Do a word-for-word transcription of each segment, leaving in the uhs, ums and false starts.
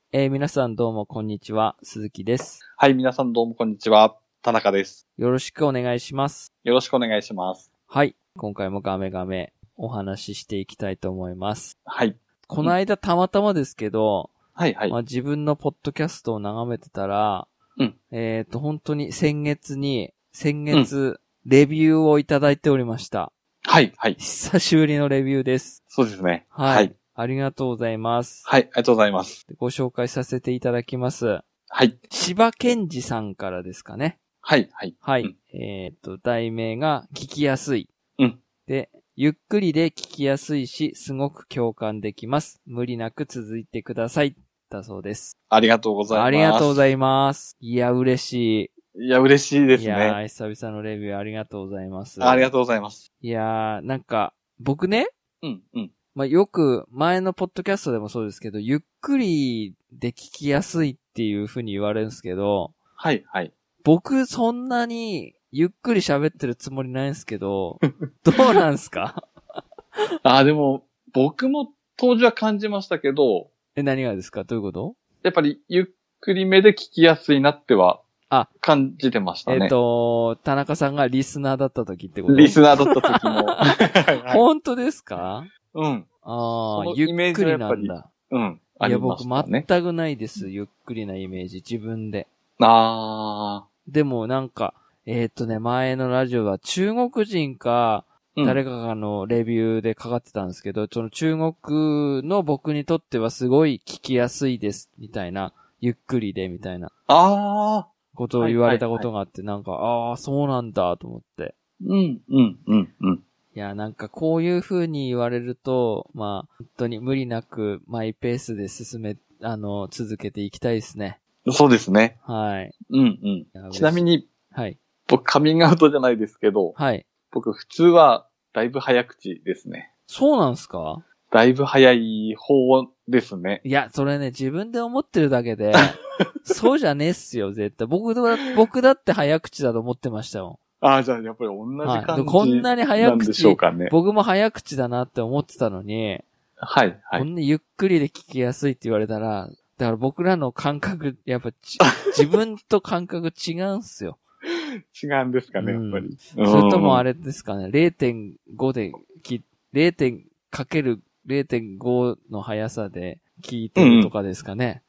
えー、皆さんどうもこんにちは、鈴木です。 はい、皆さんどうもこんにちは、田中です。 よろしくお願いします。 よろしくお願いします。 はい、今回もガメガメお話ししていきたいと思います。 はい。 この間たまたまですけど、 はいはい。 まあ、自分のポッドキャストを眺めてたら、 うん。 えっと、本当に先月に、先月、レビューをいただいておりました。 はいはい。 久しぶりのレビューです。 そうですね。 はい。はい、ありがとうございます。 はい、ありがとうございます。 ご紹介させていただきます。 はい。 柴健二さんからですかね。 はいはい。 はい。 うん、 えっと、題名が聞きやすい。 うん。 で、ゆっくりで聞きやすいし、すごく共感できます。無理なく続いてください。だそうです。 ありがとうございます。 ありがとうございます。いや、嬉しい。いや、嬉しいですね。いや、久々のレビューありがとうございます。 ありがとうございます。 いやー、なんか、僕ね、 うんうん。 まあ、よく前のポッドキャストでもそうですけど、ゆっくりで聞きやすいっていう風に言われるんですけど、 はいはい。 僕そんなにゆっくり喋ってるつもりないんですけど、どうなんすか？ あ、でも、僕も当時は感じましたけど、 え、何がですか？どういうこと？ やっぱりゆっくりめで聞きやすいなっては、 あ、 感じてましたね。 えっと、田中さんがリスナーだった時ってこと？ リスナーだった時も。はいはい、 本当ですか？ うん。 ああ、ゆっくりなんだ。 うん。 いや、僕全くないです。ゆっくりなイメージ、自分で。 ああ。 でもなんか、えー、っとね、前のラジオは中国人か、誰かがのレビューでかかってたんですけど、うん、その中国の僕にとってはすごい聞きやすいです、みたいな、ゆっくりで、みたいな。 ああ。 ことを言われたことがあって、はいはいはい、なんか、ああ、そうなんだ、と思って。 うん、うん、うん、うん。 いや、なんかこういう風に言われると、まあ、本当に無理なくマイペースで進め、あの、続けていきたいですね。 そうですね。 はい。 うんうん。ちなみに、 はい。 僕カミングアウトじゃないですけど、 はい。 僕普通はだいぶ早口ですね。 そうなんすか？ だいぶ早い方ですね。 いや、それね、自分で思ってるだけで、そうじゃねえっすよ、絶対。僕だ、僕だって早口だと思ってましたもん。 ああ、じゃあやっぱり同じ感じ、はい、 こんなに早口、 なんでしょうかね。 僕も早口だなって思ってたのに、 はいはい。 こんなゆっくりで聞きやすいって言われたら、だから僕らの感覚、やっぱ自分と感覚違うんすよ。 違うんですかね、やっぱり。 うん、それともあれですかね、れいてんご で、れいてんかけるれいてんご の速さで聞いてるとかですかね。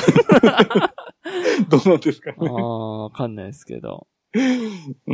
うん、どうなんですかね。 ああ、わかんないですけど。 うんうん。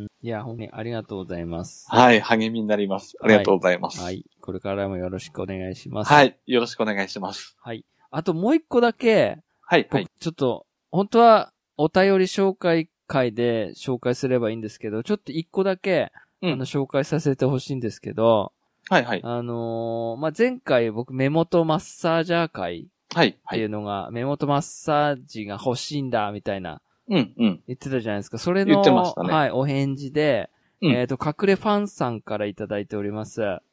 いや、本当にありがとうございます。 はい、励みになります。ありがとうございます。 はい。はい、これからもよろしくお願いします。 はい、よろしくお願いします。 はい。あともう一個だけ、 はい、はい。 ちょっと、本当はお便り紹介会で紹介すればいいんですけど、ちょっと一個だけ、うん、あの、紹介させてほしいんですけど、 はいはい。 あのー、まあ、前回僕目元マッサージャー会っていうのが、はいはい、目元マッサージが欲しいんだみたいな、 うんうん。 言ってたじゃないですか。それの、 言ってましたね。 はい、お返事で、うん、えっと、隠れファンさんからいただいております。 はい。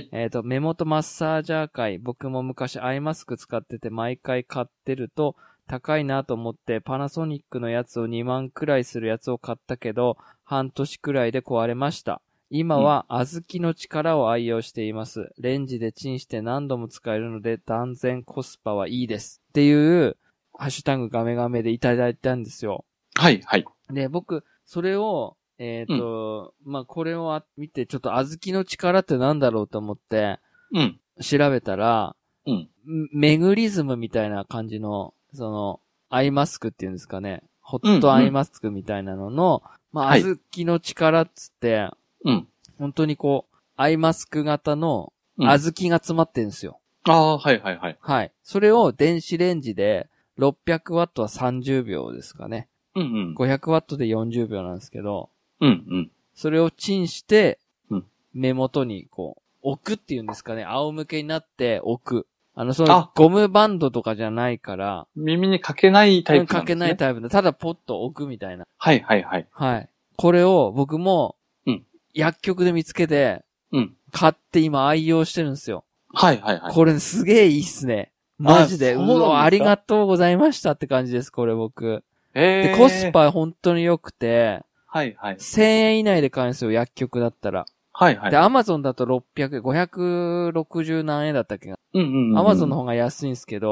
えっと、目元マッサージャー会、僕も昔アイマスク使ってて毎回買ってると高いなと思ってパナソニックのやつをにまんくらいするやつを買ったけど、半年くらいで壊れました。今は小豆の力を愛用しています。レンジでチンして何度も使えるので断然コスパはいいです。っていう、ハッシュタグガメガメでいただいたんですよ。 はい、はい。 で、僕、それを、えっと、うん、まあ、これを見て、ちょっと小豆の力ってなんだろうと思って、うん。調べたら、うん。メグリズムみたいな感じの、その、アイマスクっていうんですかね。ホットアイマスクみたいなのの、うんうん、まあ、小豆の力っつって、はい、うん。本当にこう、アイマスク型の小豆が詰まってるんですよ。 うん、ああ、はいはいはい。 はい。それを電子レンジでろっぴゃくワットはさんじゅうびょうですかね。うんうん。ごひゃくワットでよんじゅうびょうなんですけど。うんうん。それをチンして、うん、目元にこう、置くっていうんですかね。仰向けになって置く。あの、そのゴムバンドとかじゃないから。 耳にかけないタイプなんですね。 かけないタイプで、ただポッと置くみたいな。 はいはいはい。 はい。これを僕も、薬局で見つけて、うん。買って今愛用してるんですよ。 はいはいはい。 これすげえいいっすね。マジで。うわ、ありがとうございましたって感じです、これ僕。 えー、 で、コスパ本当に良くて、 はいはい。 せんえん以内で買えるんですよ、薬局だったら。 はいはい。 で、アマゾンだとろっぴゃくえん、ごひゃくろくじゅう何円だったっけな。 うんうんうん。 アマゾンの方が安いんですけど、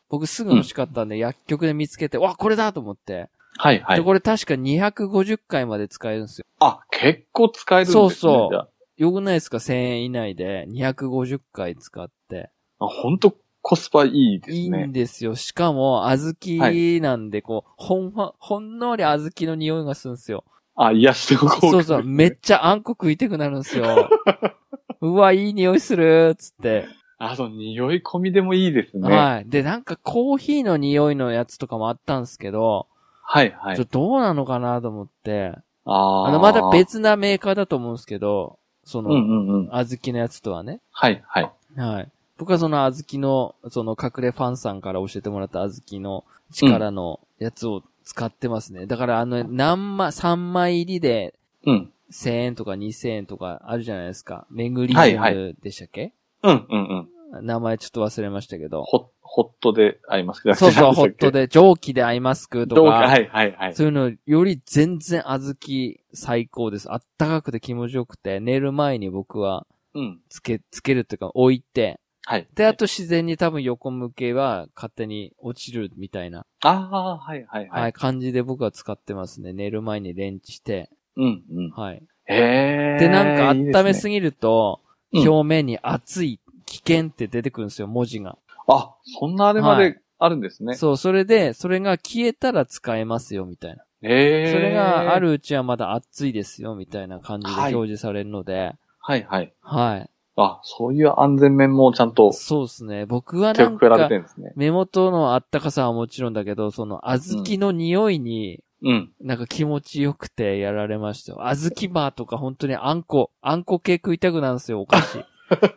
僕すぐ欲しかったんで、うん、薬局で見つけて、わ、これだと思って。 はいはい。 で、これ確かにひゃくごじゅっかいまで使えるんですよ。 あ、結構使えるんですね。 そうそう。よくないですか？せんえん以内でにひゃくごじゅっかい使って。 あ、ほんとコスパいいですね。 いいんですよ。しかも、小豆なんで、こう、ほんわ、ほんのり小豆の匂いがするんですよ。 あ、癒しておこう、ね。 そうそう。めっちゃあんこ食いたくなるんですよ。うわ、いい匂いするつって。 あ、そう、匂い込みでもいいですね。 はい。で、なんかコーヒーの匂いのやつとかもあったんですけど、 はいはい。 ちょっとどうなのかなと思って、 ああの、まだ別なメーカーだと思うんですけど、その、 うんうんうん、 小豆のやつとはね。 はいはい。 はい。僕はその小豆の、その隠れファンさんから教えてもらった小豆の力のやつを使ってますね。うん、だからあの、何枚、さんまい入りで、 うん。 せんえんとかにせんえんとかあるじゃないですか。メグリズムでしたっけ？ はいはい、うんうんうん。名前ちょっと忘れましたけど。 ホホットでアイマスクだそうそう、ホットで、蒸気でアイマスクとか。 蒸気、はいはいはい。 そういうのより全然小豆最高です。あったかくて気持ちよくて、寝る前に僕は、うん。つけ、つけるっていうか置いて、はい。で、あと自然に多分横向けは勝手に落ちるみたいな。 ああ、はいはいはい。 はい、感じで僕は使ってますね。寝る前にレンチして。 うんうん。 はい。 へー。 で、なんか温めすぎると、いいね、表面に熱い、危険って出てくるんですよ、文字が。 あ、そんなあれまであるんですね。はい、 そう、それで、それが消えたら使えますよ、みたいな。 へー。 それがあるうちはまだ熱いですよ、みたいな感じで表示されるので。 はい、はい、 はい。はい。 あ、そういう安全面もちゃんと。 そうですね。僕はなんか、 ね、 目元のあったかさはもちろんだけど、その小豆の匂いに、うん。なんか気持ちよくてやられましたよ。小豆バーとか本当にあんこ、あんこ系食いたくなるんですよ、お菓子。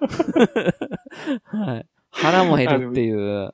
はい。腹も減るっていう。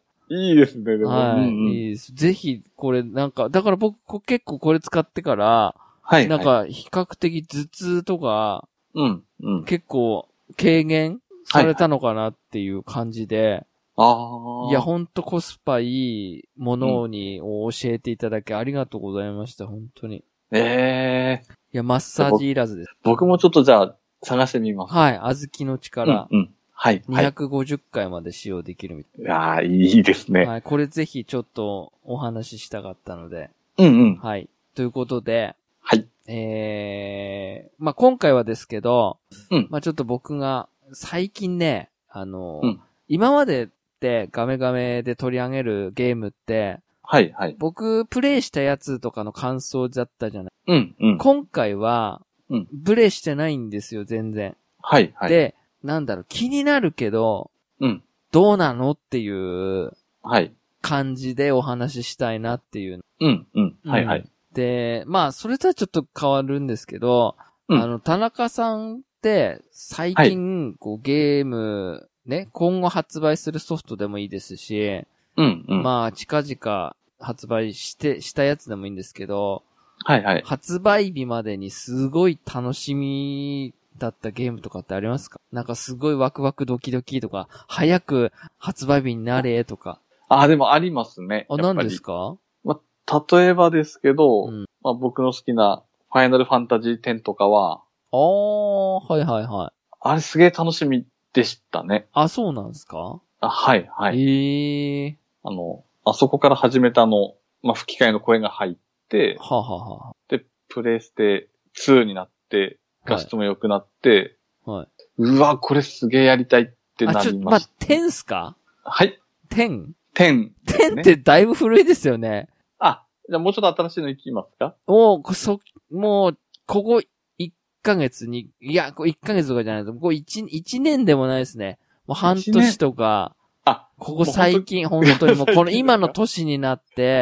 いいですね、でも。 はい、うんうん。いいです。ぜひ、これなんか、だから僕結構これ使ってから、はい。なんか、比較的頭痛とか、うん、うん。結構、軽減されたのかなっていう感じで、はいはい、ああ。いや、ほんとコスパいいものに、を教えていただきありがとうございました、本当に。ええー。いや、マッサージいらずです。 僕もちょっとじゃあ、探してみます。 はい、小豆の力。うん、うん。 はい。 にひゃくごじゅっかいまで使用できるみたいな。 いやー、いいですね。 はい、これぜひちょっとお話ししたかったので。 うんうん。 はい。ということで、 はい。 ええー、まあ、今回はですけど、うん。まあ、ちょっと僕が、最近ね、あの、うん、今までってガメガメで取り上げるゲームって、はいはい。僕、プレイしたやつとかの感想だったじゃない。うんうん。今回は、うん。プレイしてないんですよ、全然。はいはい。で、なんだろう、気になるけど、うん。どうなのっていう、はい。感じでお話ししたいなっていう。うんうん。はいはい。で、まあ、それとはちょっと変わるんですけど、うん、あの、田中さんって、最近、はい、こう、ゲーム、ね、今後発売するソフトでもいいですし、うんうん、まあ、近々発売して、したやつでもいいんですけど、はいはい。発売日までにすごい楽しみだったゲームとかってありますか？なんかすごいワクワクドキドキとか、早く発売日になれとか。 あ、でもありますね。 あ、何ですか？ まあ、例えばですけど、うん、まあ、僕の好きなファイナルファンタジーテンとかは、 ああ、はいはいはい。 あれすげえ楽しみでしたね。 あ、そうなんですか？ あ、はいはい。 ええー。 あの、あそこから始めたの、まあ、吹き替えの声が入って、 はあ、はあはあ、 で、プレイステツーになって、画質も良くなって、はい。はい、うわ、これすげえやりたいってなりました。あ、ちょ、まあ、 テンすか？ はい。 テン？ テン、 ね。テンってだいぶ古いですよね。 あ、じゃあもうちょっと新しいのいきますか？ もう、そ、もう、ここいっかげつに、いや、こいっかげつとかじゃないと、ここいち、いちねんでもないですね。もう半年とか、あ、ここ最近、本当にもう、この今の年になって、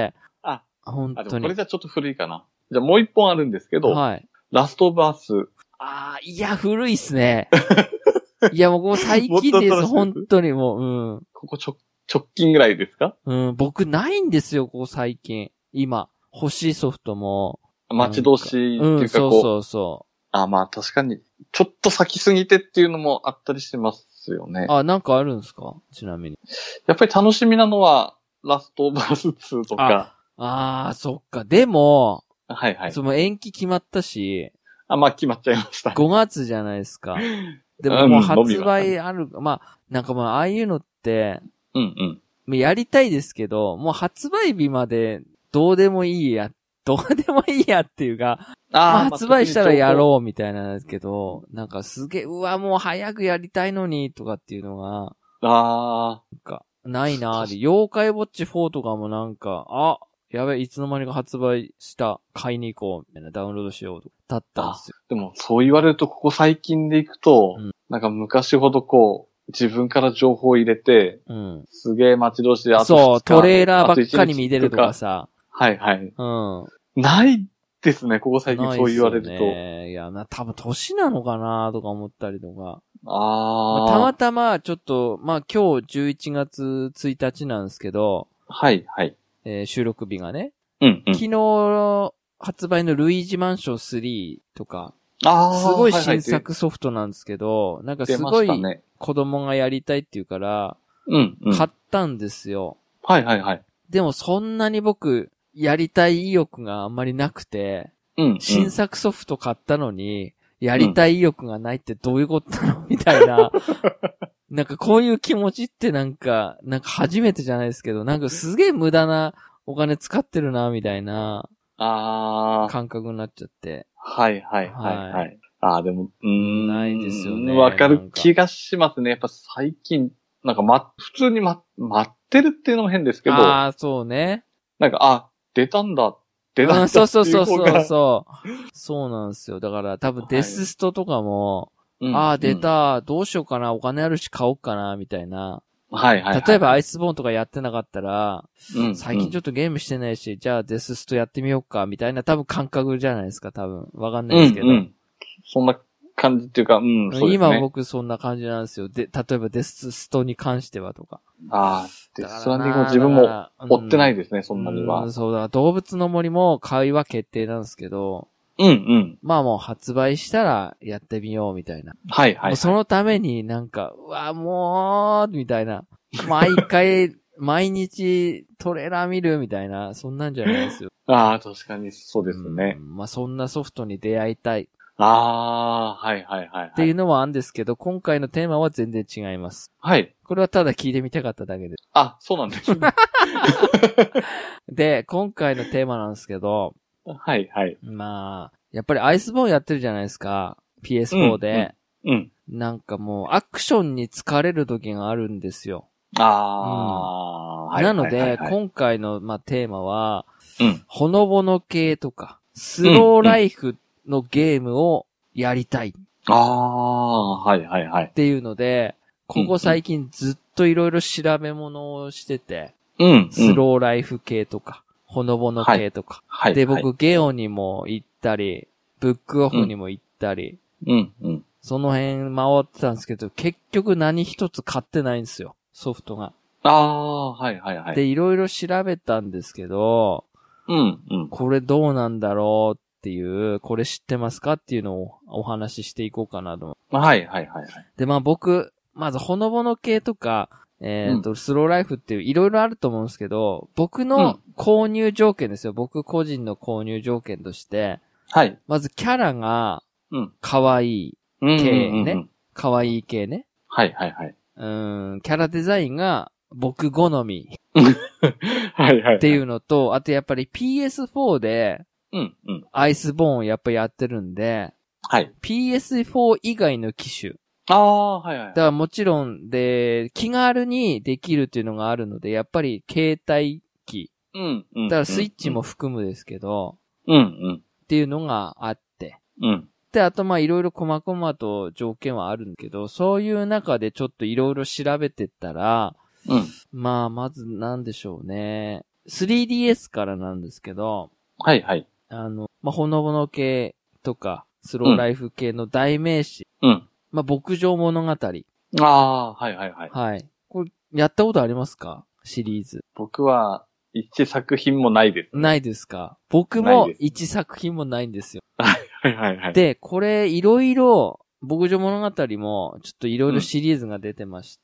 あ、 本当に。あ、でもこれじゃちょっと古いかな。じゃあもう一本あるんですけど、はい。ラストオブアース。 ああ、いや、古いっすね。いや、もうここ最近です、本当にもう、うん。 ここ直、直近ぐらいですか？ うん、僕ないんですよ、ここ最近。今、欲しいソフトも。 待ち遠しいっていうかこう、うん、 そうそうそう。 あ、まあ確かに、ちょっと先すぎてっていうのもあったりしますよね。 あ、なんかあるんですか？ちなみに。 やっぱり楽しみなのは、ラストオブアースツーとか。 ああ、そっか。でも、 はいはい。 その延期決まったし。 あ、まあ決まっちゃいました、ね。 ごがつじゃないですか。でももう発売ある、うん、まあ、なんかまあ、ああいうのって、うんうん。 やりたいですけど、もう発売日までどうでもいいや、どうでもいいやっていうか、まあ、発売したらやろうみたいなんですけど、なんかすげえ、うわ、もう早くやりたいのに、とかっていうのが、 あなんか、ないなーで、妖怪ウォッチフォーとかもなんか、あ、やべ、いつの間にか発売した、買いに行こう、みたいな、ダウンロードしようと、だったんですよ。 でも、そう言われると、ここ最近でいくと、うん、なんか昔ほどこう、自分から情報を入れて、うん、すげえ待ち遠しであとそう、トレーラーばっかり見れるとかさ。 はいはい。 うん。 ないですね、ここ最近そう言われると。 ね、いや、な、多分年なのかなとか思ったりとか。 あ、 まあ。たまたま、ちょっと、まあ今日じゅういちがつついたちなんですけど。 はいはい。 えー、収録日がね。 うんうん。 昨日発売のルイージマンションスリーとか。 ああ。 すごい新作ソフトなんですけど、はいはい、なんかすごい子供がやりたいっていうから、 うんうん、 買ったんですよ。 はいはいはい。 でもそんなに僕、やりたい意欲があんまりなくて、 うんうん、 新作ソフト買ったのに、やりたい意欲がないってどういうことなのみたいな。なんかこういう気持ちってなんか、なんか初めてじゃないですけど、なんかすげえ無駄なお金使ってるな、みたいな、感覚になっちゃって。 はいはいはいはい。はい、ああ、でも、うーん。 ないですよね。 わかる気がしますね。やっぱ最近、なんかま、普通にま、待ってるっていうのも変ですけど。 ああ、そうね。 なんか、あ、出たんだ。出たんだっていう方が、うん。 そうそうそうそうそう。そうなんですよ。だから多分デスストとかも、はい、ああ、出た、うん、どうしようかな、お金あるし買おうかな、みたいな。 はいはいはい、はい。 例えばアイスボーンとかやってなかったら、 うん、 最近ちょっとゲームしてないし、うん、じゃあデスストやってみようか、みたいな多分感覚じゃないですか、多分。わかんないですけど。 うんうん、そんな感じっていうか、うん、そうですね。 今僕そんな感じなんですよ。で、例えばデスストに関してはとか。 ああ、デスストランディングも自分も追ってないですね、うん、そんなには。 うん、そうだ、動物の森も買いは決定なんですけど、 うんうん。 まあもう発売したらやってみようみたいな。 はいはい、はい。もうそのためになんか、うわ、もう、みたいな。毎回、毎日トレーラー見るみたいな、そんなんじゃないですよ。 ああ、確かにそうですね。 まあそんなソフトに出会いたい。 ああ、はいはいはい、はい。 っていうのはあるんですけど、今回のテーマは全然違います。 はい。 これはただ聞いてみたかっただけです。 あ、そうなんですね。 で、今回のテーマなんですけど、 はいはい。 まあ、やっぱりアイスボーンやってるじゃないですか。ピーエスフォー で。 うん。うんうん、なんかもう、アクションに疲れる時があるんですよ。 ああ、 うん、なので、はいはいはいはい、今回の、まあ、テーマは、 うん、 ほのぼの系とか、スローライフのゲームをやりたい。 うんうん、ああ、はいはいはい。 っていうので、ここ最近ずっといろいろ調べ物をしてて、 うん、 スローライフ系とか、ほのぼの系とか。 はい、 で、 はい、 僕、ゲオにも行ったり、ブックオフにも行ったり、 うん、うん。 その辺回ってたんですけど、結局何一つ買ってないんですよ、ソフトが。 ああ、はいはいはい。 で、いろいろ調べたんですけど、 うん、うん。 これどうなんだろうっていう、これ知ってますかっていうのをお話ししていこうかなと。 はいはいはいはい。 で、まあ僕、まずほのぼの系とか、えっと、うん、スローライフっていういろいろあると思うんですけど、僕の購入条件ですよ。うん、僕個人の購入条件として、 はい。 まずキャラが、可愛い系ね。可愛い系ね。 はいはいはい。 うん、キャラデザインが僕好み。 はいはい。 っていうのと、あとやっぱり ピーエスフォー で、 うんうん。 アイスボーンをやっぱやってるんで、 はい。 ピーエスフォー 以外の機種。 ああ、はいはい。 だからもちろんで、気軽にできるっていうのがあるので、やっぱり携帯機。 うんうん。 だからスイッチも含むですけど、 うんうん。 っていうのがあって。 うん。 で、あとまあいろいろ細々と条件はあるんだけど、そういう中でちょっといろいろ調べてったら、 うん。 まあまずなんでしょうね。スリーディーエス からなんですけど、 はいはい。 あの、まあ、ほのぼの系とか、スローライフ系の代名詞。 うん。 まあ、牧場物語。ああ、はいはいはい。 はい。これ、やったことありますか？シリーズ。 僕は、一作品もないです、 ね。ないですか？僕も一作品もないんですよ。 はいはいはい。 で、これ、いろいろ、牧場物語も、ちょっといろいろシリーズが出てまして、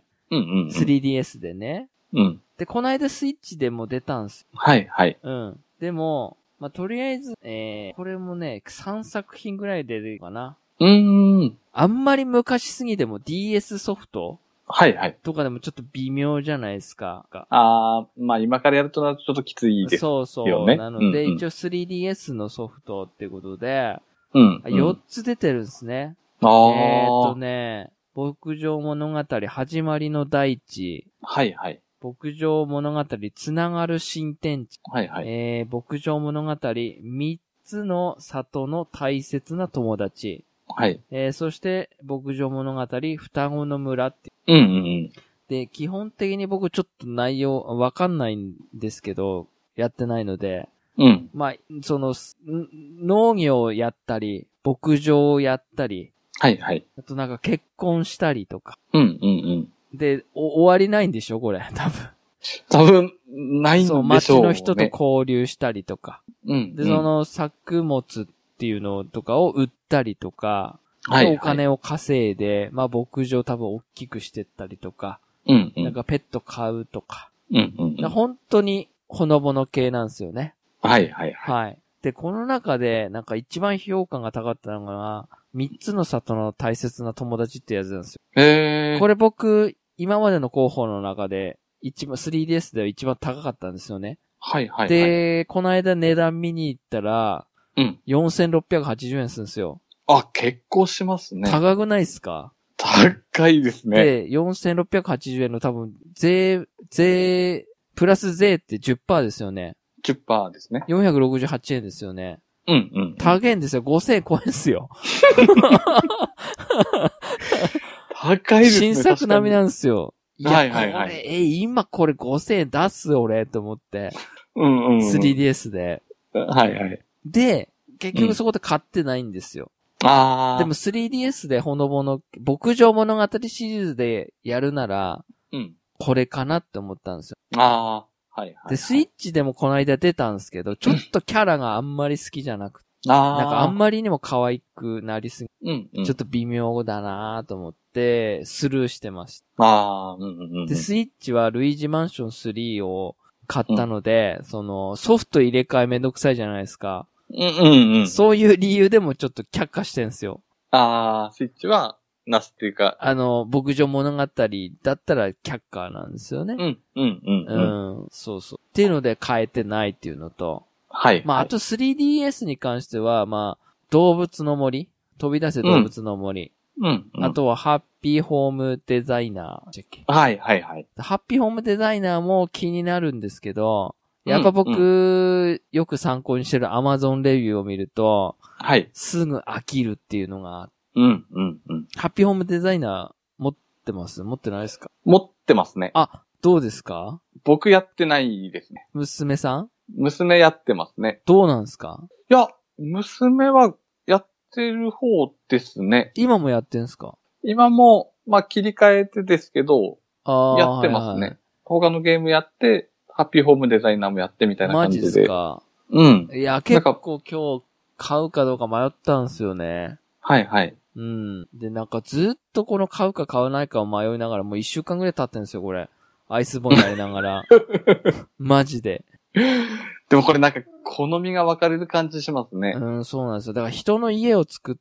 うん、うんうんうん、 スリーディーエス でね。 うん。 で、この間スイッチでも出たんす。 はいはい。 うん。でも、まあ、とりあえず、えー、これもね、さんさく品ぐらい出るかな。 うーん。 あんまり昔すぎても ディーエス ソフトはいはい。 とかでもちょっと微妙じゃないですか。 ああ、まあ今からやるとなるとちょっときついですよね。 そうそう。なので、うんうん、一応 スリーディーエス のソフトってことで、 うん、うん。 よっつ出てるんですね。 あえーっとね、牧場物語始まりの大地。 はいはい。 牧場物語つながる新天地。 はいはい。 えー、牧場物語みっつの里の大切な友達。 はい。 えー、そして牧場物語双子の村って。 うんうんうん。 で、基本的に僕ちょっと内容わかんないんですけど、やってないので。 うん。 まあ、その、農業をやったり、牧場をやったり。 はいはい。 あとなんか結婚したりとか。 うんうんうん。 で、終わりないんでしょこれ、多分。 多分、ないんでしょうね。そう、 町の人と交流したりとか。 うん。 で、その作物っていうのとかを売ったりとか。 はい、はい。 お金を稼いで、まあ牧場多分大きくしてったりとか。 うん、うん。 なんかペット買うとか。 うんうん、うん。 本当にほのぼの系なんですよね。 はいはいはい。 はい。で、この中で、なんか一番評価が高かったのが、三つの里の大切な友達ってやつなんですよ。 へー。 これ僕、今までの候補の中で、一番、スリーディーエス では一番高かったんですよね。 はいはいはい。 で、この間値段見に行ったら、 うん。 よんせんろっぴゃくはちじゅうえんするんですよ。 あ、結構しますね。 高くないっすか？ 高いですね。 で、よんせんろっぴゃくはちじゅうえんの多分、税、税、プラス税って じゅっパーセント ですよね。 じゅっパーセント ですね。 よんひゃくろくじゅうはちえんですよね。 うんうん、うん。 高いんですよ。ごせんえん超えんすよ。 高いですね。 新作並みなんですよ。いや、 はいはいはい。 これ、え、今これごせんえん出す俺と思って。 うんうん、うん。 スリーディーエス で。 はいはい。 で、結局そこで買ってないんですよ。 うん、ああ。 でも スリーディーエス でほのぼの、牧場物語シリーズでやるなら、 うん。 これかなって思ったんですよ。 ああ。はいはい、はい。 で、スイッチでもこの間出たんですけど、ちょっとキャラがあんまり好きじゃなくて。 ああ。 なんかあんまりにも可愛くなりすぎ。 うんうん、 ちょっと微妙だなと思って、スルーしてました。 ああ、うんうんうん。 で、スイッチはルイージマンションスリーを買ったので、うん、その、ソフト入れ替えめんどくさいじゃないですか。 うんうんうん。 そういう理由でもちょっと却下してんすよ。 ああ、スイッチは、なすっていうか。 あの、牧場物語だったら却下なんですよね。 うん、うん、うん。 うん、そうそう。っていうので変えてないっていうのと。 はい。 まあ、あと スリーディーエス に関しては、まあ、動物の森飛び出せ動物の森。 うん。うん、 あとは、ハッピーホームデザイナー。 はい、はい、はい。 ハッピーホームデザイナーも気になるんですけど、やっぱ僕、うんうん、よく参考にしてる Amazon レビューを見ると、 はい。 すぐ飽きるっていうのが、 うん、うん、うん。 ハッピーホームデザイナー持ってます持ってないですか？ 持ってますね。 あ、どうですか？ 僕やってないですね。 娘さん？ 娘やってますね。 どうなんですか？ いや、娘はやってる方ですね。 今もやってんすか？ 今も、まあ、切り替えてですけど、 あやってますね、はいはい。他のゲームやって、ハッピーホームデザイナーもやってみたいな感じで。 マジですか？ うん。 いや、結構今日買うかどうか迷ったんすよね。 はいはい。 うん。で、なんかずっとこの買うか買わないかを迷いながらもう一週間ぐらい経ってんですよ、これ。アイスボーンやりながら。マジで。 でもこれなんか好みが分かれる感じしますね。 うん、そうなんですよ。だから人の家を作って、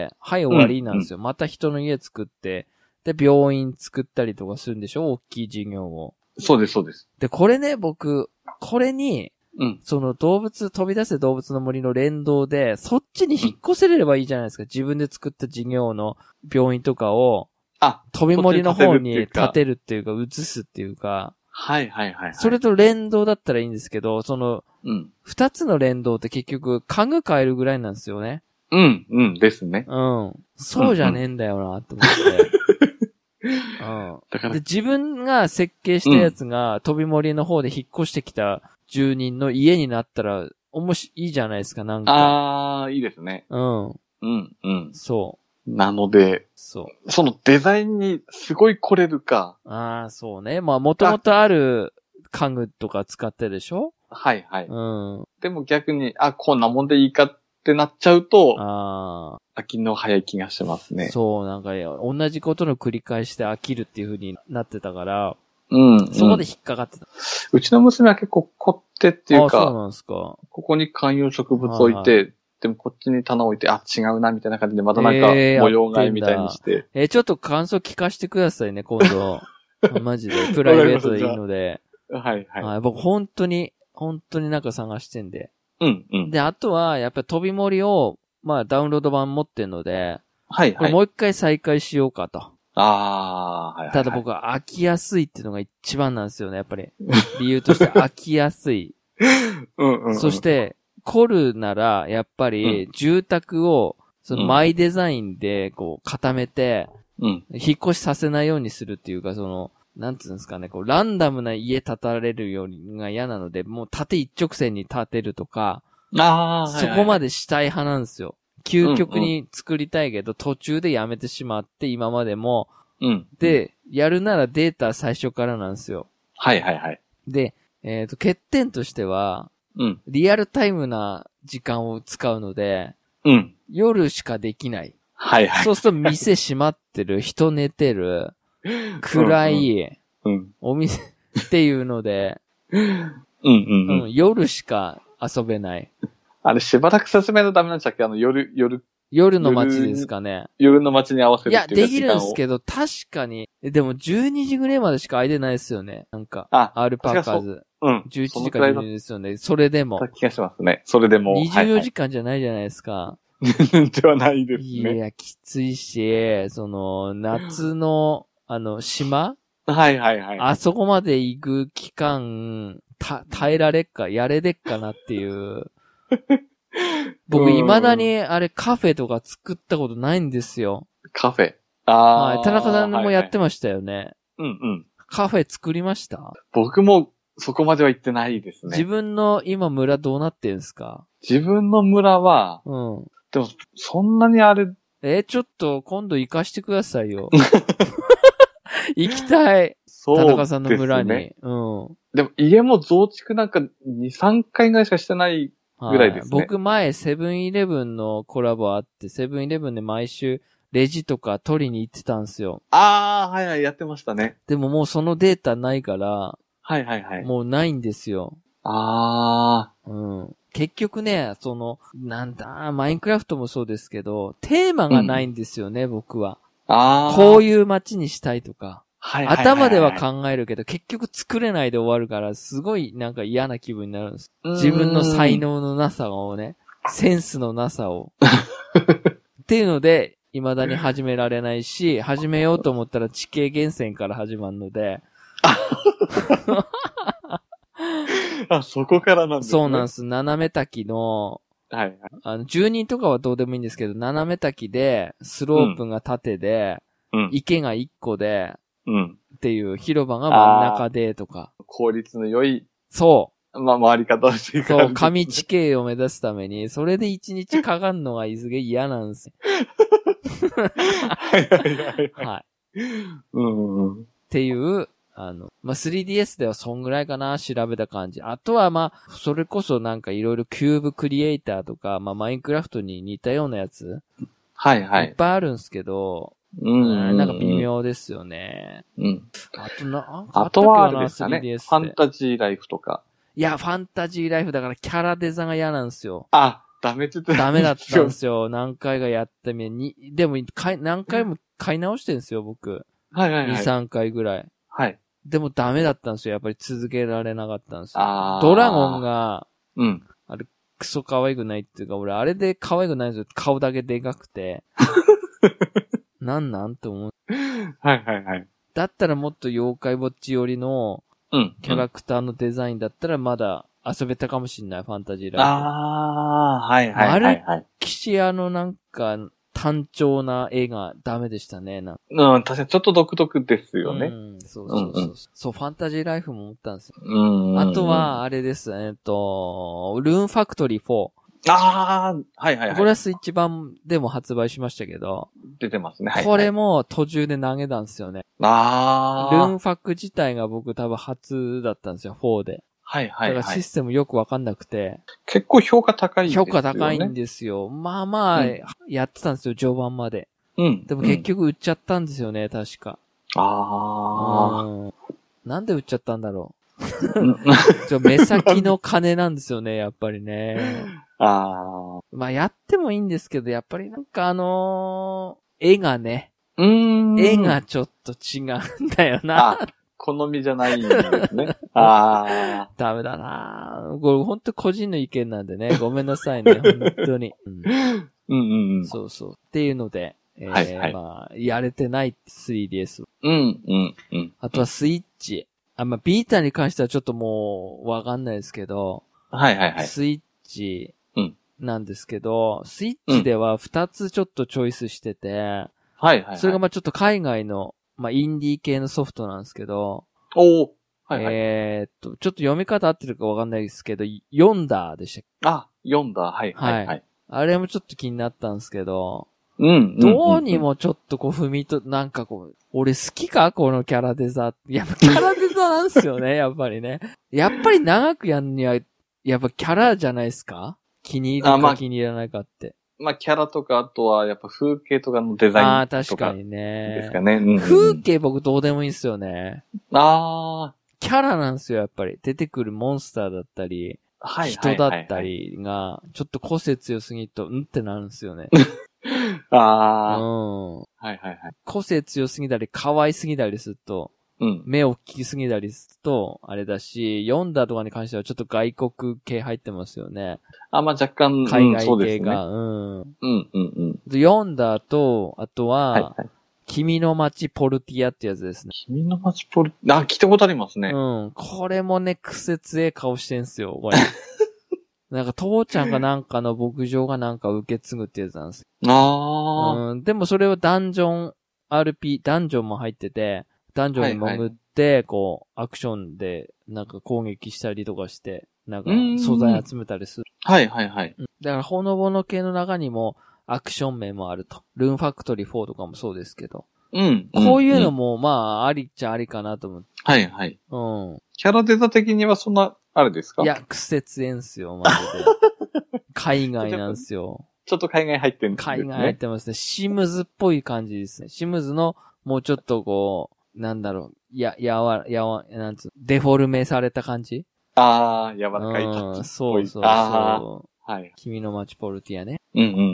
はい終わりなんですよ。うんうん、また人の家作って、で、病院作ったりとかするんでしょ？大きい事業を。 そうです、そうです。 で、これね、僕、これに、うん、その動物、飛び出せ動物の森の連動で、そっちに引っ越せれればいいじゃないですか。うん、自分で作った事業の病院とかを、 あ、 飛び森の方に建てるっていうか、移すっていうか、 はいはいはい、はい。 それと連動だったらいいんですけど、その、 うん。 二つの連動って結局、家具変えるぐらいなんですよね。 うん、うんですね。 うん。そうじゃねえんだよな、と思って。うん。だからで、自分が設計したやつが、飛び森の方で引っ越してきた住人の家になったら、おもし、いいじゃないですか、なんか。 あー、いいですね。 うん。 うん、うん。 そう。 なので、 そう。 そのデザインにすごい来れるか。 ああ、そうね。まあ、もともとある家具とか使ってるでしょ？ はいはい。 うん。 でも逆に、あ、こんなもんでいいかってなっちゃうと、 ああ。 飽きの早い気がしますね。 そう、なんか、同じことの繰り返しで飽きるっていう風になってたから、 うん、うん。 そこで引っかかってた。 うちの娘は結構凝ってっていうか、 あ、そうなんですか。ここに観葉植物置いて、はいはい、でもこっちに棚置いて、あ、違うな、みたいな感じで、またなんか模様替えみたいにして。 えー、えー、ちょっと感想聞かせてくださいね、今度。 マジで、プライベートでいいので。 はいはい。 はい、僕本当に、本当になんか探してんで。 うんうん。 で、あとは、やっぱり飛び盛りを、まあダウンロード版持ってるので、 はいはい。 もう一回再開しようかと。 ああ、はいはい、はい。 ただ僕は飽きやすいっていうのが一番なんですよね、やっぱり。理由として飽きやすい。 うんうん、うん。 そして、凝るなら、やっぱり、住宅を、そのマイデザインで、こう、固めて、うん。引っ越しさせないようにするっていうか、その、なんつうんですかね、こう、ランダムな家建たれるようにが嫌なので、もう縦一直線に建てるとか、 ああ、 そこまでしたい派なんですよ。究極に作りたいけど、途中でやめてしまって、今までも、うん。で、やるならデータ最初からなんですよ。 はいはいはい。 で、えっと、欠点としては、うん。リアルタイムな時間を使うので、うん。夜しかできない。はいはい。そうすると店閉まってる、人寝てる、暗い、うん、うん。お店っていうので、うんうんうん。うん、夜しか遊べない。 あれ、しばらく進めるとダメなんでしたっけ？あの、夜、夜。 夜の街ですかね。 夜の街に合わせるっていう。いや、できるんですけど、確かに、でもじゅうにじぐらいまでしか空いてないですよね。なんか、あ、アールパーカーズ。うん。じゅういちじかじゅうにじですよね。それでも。 気がしますね。それでも。 にじゅうよじかんじゃないじゃないですか。 ではないですね。 いや、きついし、その、夏の、あの、島はいはいはい。 あそこまで行く期間、た、耐えられっか、やれでっかなっていう。僕、未だに、あれ、カフェとか作ったことないんですよ。 カフェああ。 はい。田中さんもやってましたよね。はいはい、うんうん。カフェ作りました？ 僕も、そこまでは行ってないですね。 自分の今村どうなってんすか？ 自分の村は、うん。でも、そんなにあれ。 えー、ちょっと、今度行かしてくださいよ。行きたい。そうですね。田中さんの村に。うん。 でも、家も増築なんかに、さんかいぐらいしかしてないぐらいですね。 僕前、セブンイレブンのコラボあって、セブンイレブンで毎週、レジとか取りに行ってたんですよ。 ああ、はいはい、やってましたね。 でももうそのデータないから、 はいはいはい。 もうないんですよ。 ああ。うん。結局ね、その、なんだ、マインクラフトもそうですけど、テーマがないんですよね、うん、僕は。ああ。こういう街にしたいとか。はいはいはいはい、頭では考えるけど、結局作れないで終わるから、すごいなんか嫌な気分になるんです。自分の才能のなさをね、センスのなさを。っていうので、未だに始められないし、始めようと思ったら地形厳選から始まるので。 あ、そこからなんですね。 そうなんです。斜め滝の、はいはい。あの、住人とかはどうでもいいんですけど、斜め滝で、スロープが縦で、うん、池がいっこで、うん。っていう広場が真ん中でとか。 効率の良い。 そう。 まあ、回り方をしていく、 ね。そう、上地形を目指すために、それで一日かかんのがすげえ嫌なんですよ。 はいはいはい。はい。 うんうん。っていう、あの、まあ、スリーディーエス ではそんぐらいかな、調べた感じ。あとはまあ、それこそなんかいろいろキューブクリエイターとか、まあ、マインクラフトに似たようなやつ。 はいはい。 いっぱいあるんですけど、うん、うん。なんか微妙ですよね。うん。あとな、 あとはあれですかね。ファンタジーライフとか。 いや、ファンタジーライフだからキャラデザが嫌なんですよ。 あ、ダメって言ってダメだったんですよ。何回かやってみ、に、でも、かい、何回も買い直してるんですよ、僕。 はいはいはい。 に、さんかいぐらい。 はい。 でもダメだったんですよ。やっぱり続けられなかったんですよ。あドラゴンが、うん。あれ、クソ可愛くないっていうか、俺、あれで可愛くないんですよ。顔だけでかくて。なんなんって思う。 はいはいはい。 だったらもっと妖怪ウォッチ寄りの、うん。キャラクターのデザインだったらまだ遊べたかもしんない、ファンタジーライフ。 ああ、はいはいはい、はい。 マルキシアのなんか、単調な絵がダメでしたね。なんうん、確かにちょっと独特ですよね。うん、そうそうそう、うんうん。そう、ファンタジーライフも思ったんですよ。うんうん、あとは、あれです。えっと、ルーンファクトリーフォー。 ああ、はいはいはい。 これはスイッチ版でも発売しましたけど。 出てますね。はい、はい。 これも途中で投げたんですよね。 ああ。 ルーンファク自体が僕多分初だったんですよ、フォーで。 はいはいはい。 だからシステムよくわかんなくて。 結構評価高いんですよね。 評価高いんですよ。まあまあ、うん、やってたんですよ、序盤まで。 うん。 でも結局売っちゃったんですよね、確か。 ああ。なんで売っちゃったんだろう。ちょ目先の金なんですよね、やっぱりね。 ああ。 まあやってもいいんですけど、やっぱりなんかあのー、絵がね、 うーん。 絵がちょっと違うんだよな。 あ、好みじゃないんですね。ああ。 ダメだな。これほんと個人の意見なんでね。ごめんなさいね。本当に。うん、 うんうんうん。 そうそう。っていうので、えー、 はいはい、 まあ、やれてない スリーディーエス。 うんうんうん。 あとはスイッチ。あ、まあ、ビータに関してはちょっともう、わかんないですけど。 はいはいはい。 スイッチ。なんですけど、うん、スイッチでは二つちょっとチョイスしてて。うん、はいはいはい。 それがまあちょっと海外の、まあインディー系のソフトなんですけど。 おお。はいはい。 えー、っと、ちょっと読み方合ってるかわかんないですけど、ヨンダーでしたっけ？ あ、ヨンダー、はいはいはい。はい、 あれもちょっと気になったんですけど。 うんうんうんうん、 どうにもちょっとこう踏みと、なんかこう、俺好きかこのキャラデザ。やっぱキャラデザなんですよね、やっぱりね。やっぱり長くやるには、やっぱキャラじゃないですか？気に入るか気に入らないかって。 まあ、キャラとか、あとは、やっぱ風景とかのデザインとか。ああ、 確かにね。 ですかね、うんうん。 風景僕どうでもいいんですよね。 ああ。 キャラなんですよ、やっぱり。出てくるモンスターだったり、はい、人だったりが、ちょっと個性強すぎると、うんってなるんですよね。 ああ。 うん。 はいはいはい。 個性強すぎたり、可愛すぎたりすると、うん、目大きすぎたりすると、あれだし、読んだとかに関してはちょっと外国系入ってますよね。 あ、まあ、若干、 海外系が、うん、 うん。うんうんうん。 読んだと、あとは、 はいはい、 君の街ポルティアってやつですね。 君の街ポルティア、あ、聞いたことありますね。 うん。これもね、癖強い顔してんすよ、これ。なんか父ちゃんがなんかの牧場がなんか受け継ぐってやつなんですよ。 ああ。 うん。でもそれをダンジョン アールピー、ダンジョンも入ってて、ダンジョンに潜って、はいはい、こう、アクションで、なんか攻撃したりとかして、なんか素材集めたりする。 はいはいはい。 だから、ほのぼの系の中にも、アクション面もあると。ルーンファクトリーフォーとかもそうですけど。 うん。 こういうのも、まあ、ありっちゃありかなと思って。 はいはい。 うん。 キャラデザ的にはそんな、あれですか？ いや、癖強いんすよ、マジで。海外なんですよ。 ちょっと海外入ってるんですね。 海外入ってますね。シムズっぽい感じですね。シムズの、もうちょっとこう、なんだろう、や、やわ、やわ、なんつう、デフォルメされた感じ？ あー、柔らかい感じ。 うん、そうそうそう。はい。君の街ポルティアね。 うんうんうんうん。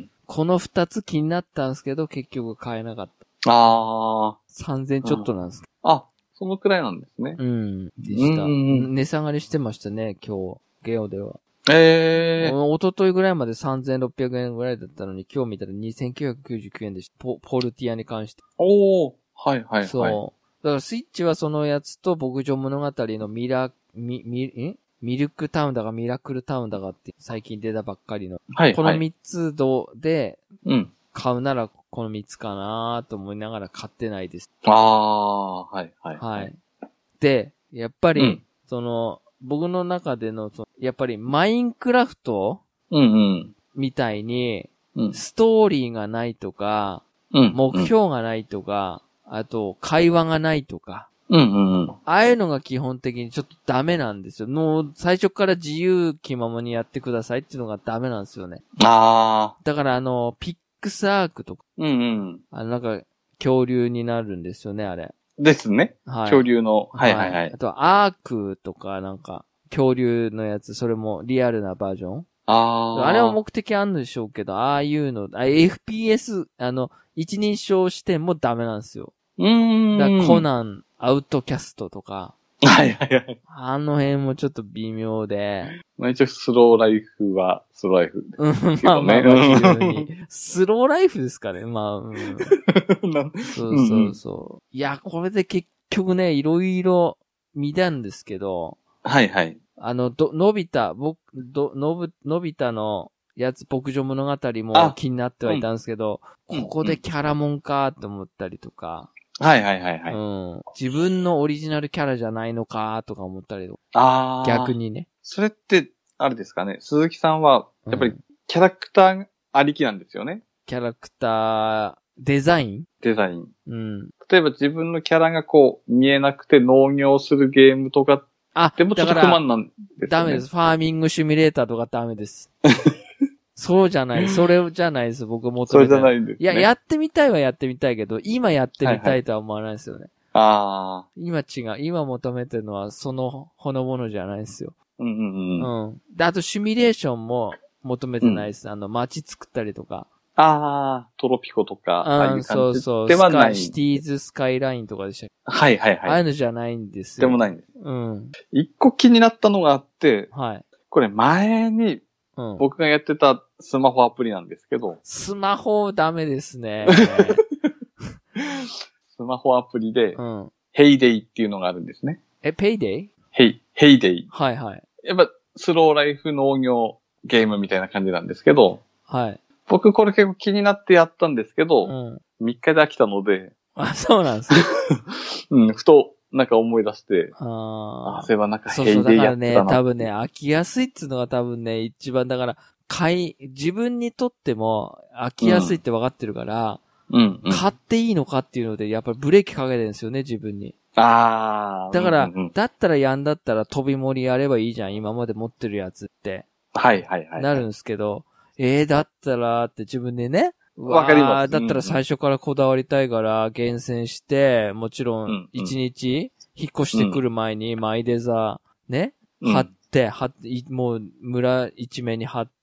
この二つ気になったんですけど、結局買えなかった。 あー。 さんぜんちょっとなんです。 あ、そのくらいなんですね。 うん、でした。うん値下がりしてましたね、今日、ゲオでは。 えー。 おとといぐらいまでさんぜんろっぴゃくえんぐらいだったのに、今日見たらにせんきゅうひゃくきゅうじゅうきゅうえんでした。ポ、ポルティアに関して。 おー。はいはいはい。 そう。だからスイッチはそのやつと牧場物語のミラ、ミ、ミ、んミルクタウンだかミラクルタウンだかって最近出たばっかりの。はい、はい。このみっつで、うん。買うならこのみっつかなと思いながら買ってないです。 ああ、はい、はい。 はい。で、やっぱり、うん、その、僕の中での、やっぱりマインクラフトうんうん。みたいに、ストーリーがないとか、うん、目標がないとか、あと、会話がないとか、うんうんうん。ああいうのが基本的にちょっとダメなんですよ。もう最初から自由気ままにやってくださいっていうのがダメなんですよね。ああ。だからあの、ピックスアークとか。うんうん。あのなんか、恐竜になるんですよね、あれ。 ですね。はい。恐竜の。はいはいはい。はい、 あとはアークとかなんか、恐竜のやつ、それもリアルなバージョン。ああ。あれは目的あるんでしょうけど、ああいうの、エフピーエス、あの、一人称視点もダメなんですよ。うーん。だからコナン、アウトキャストとか。はいはいはい。あの辺もちょっと微妙で。 まあ一応スローライフはスローライフ、ね。 うん、まあまあまあ、非常に。スローライフですかね、まあ、うん。そうそうそう。いや、これで結局ね、いろいろ見たんですけど。 はいはい。 あの、ど、のび太、僕、ど、のぶ、のび太のやつ、牧場物語も気になってはいたんですけど、うん、ここでキャラモンかって思ったりとか。 はいはいはいはい。 うん。自分のオリジナルキャラじゃないのかとか思ったりとか。ああ。逆にね。 それって、あれですかね。鈴木さんは、やっぱりキャラクターありきなんですよね。うん、 キャラクター、デザインデザイン。うん。例えば自分のキャラがこう、見えなくて農業するゲームとか、あ、でもちょっと不満なんですよね。 ダメです。ファーミングシミュレーターとかダメです。そうじゃない。それじゃないです。僕求めて。 それじゃないんです、ね。 いや、やってみたいはやってみたいけど、今やってみたいとは思わないですよね。はいはい、ああ。今違う。今求めてるのは、その、ほのぼのじゃないですよ。うんうんうん。うん。で、あと、シミュレーションも求めてないです。うん、あの、街作ったりとか。 ああ、トロピコとか、ああいう感じそうそう。 ではない。 シティーズスカイラインとかでしたっけ？ はいはいはい。 ああいうのじゃないんですよ。 でもないんです。 うん。 一個気になったのがあって、 はい。 これ前に、僕がやってたスマホアプリなんですけど。 スマホダメですね。 スマホアプリで、うん、ヘイデイっていうのがあるんですね。 え、ペイデイ？ ヘイ、ヘイデイ。 はいはい。 やっぱ、スローライフ農業ゲームみたいな感じなんですけど。 はい。 僕これ結構気になってやったんですけど、うん、みっかで飽きたので。 あ、そうなんですか。 うん、ふと、なんか思い出して。 ああ、そういえばなんかヘイデイやってたな。そうそう、だからね、多分ね、飽きやすいっていうのが多分ね、一番だから、買い、自分にとっても飽きやすいって分かってるから、 うんうん、 買っていいのかっていうので、やっぱりブレーキかけてるんですよね、自分に。 ああ。 だから、 うんうん、 だったらやんだったら飛び盛りやればいいじゃん、今まで持ってるやつって。 はいはいはい、はい。 なるんですけど、えー、だったらって自分でね。 わかります。 だったら最初からこだわりたいから厳選して、もちろん一日引っ越してくる前にマイデザーね、うん、貼って、貼って、もう村一面に貼って、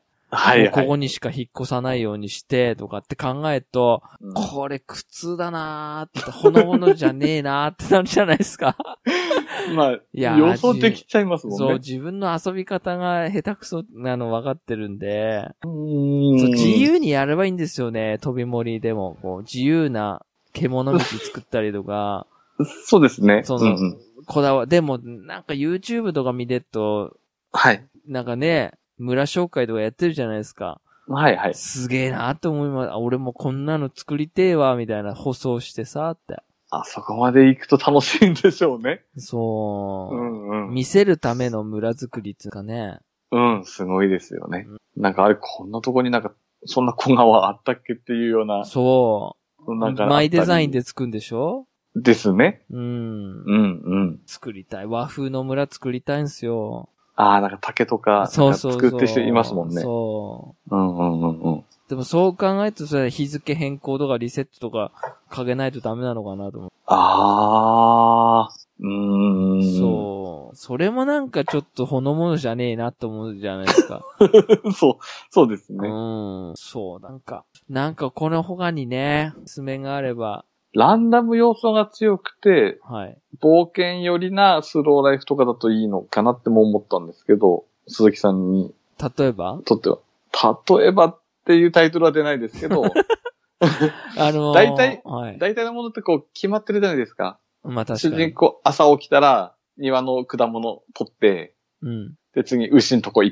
はいはい、もうここにしか引っ越さないようにしてとかって考えると、うん、これ苦痛だなーって、ほのぼのじゃねえなーってなるじゃないですか。 まあ、いや予想できちゃいますもんね。 そう、自分の遊び方が下手くそなの分かってるんで、うーんそう自由にやればいいんですよね、飛び盛りでも。こう自由な獣道作ったりとか。 そうですね。 その、うんうん、こだわ、でもなんか YouTube とか見てると、 はい。 なんかね、村紹介とかやってるじゃないですか。 はいはい。 すげえなって思います。俺もこんなの作りてえわ、みたいな放送してさ、って。 あそこまで行くと楽しいんでしょうね。 そう。 うんうん。 見せるための村作りっていうかね。 うん、すごいですよね。うん、なんかあれ、こんなとこになんか、そんな小川あったっけっていうような。 そう。なんかマイデザインで作るんでしょ？ ですね。 うん。 うんうん。 作りたい。和風の村作りたいんすよ。 ああ、なんか竹とか、そうそうそう。作って人いますもんね。 そう。 うんうんうんうん。 でもそう考えるとそれ日付変更とかリセットとかかけないとダメなのかなと思う。 ああ、うーん。 そう。それもなんかちょっとほのものじゃねえなと思うじゃないですか。 そう、そうですね。 うん。そう、なんか、なんかこの他にね、爪があれば。 ランダム要素が強くて、 はい。 冒険寄りなスローライフとかだといいのかなっても思ったんですけど、鈴木さんに。 例えばとっては。例えばっていうタイトルは出ないですけど、 あのー、 大体、 はい、 大体のものってこう決まってるじゃないですか。 まあ確かに。 主人公朝起きたら庭の果物取って、 うん、 で次牛のとこ行って、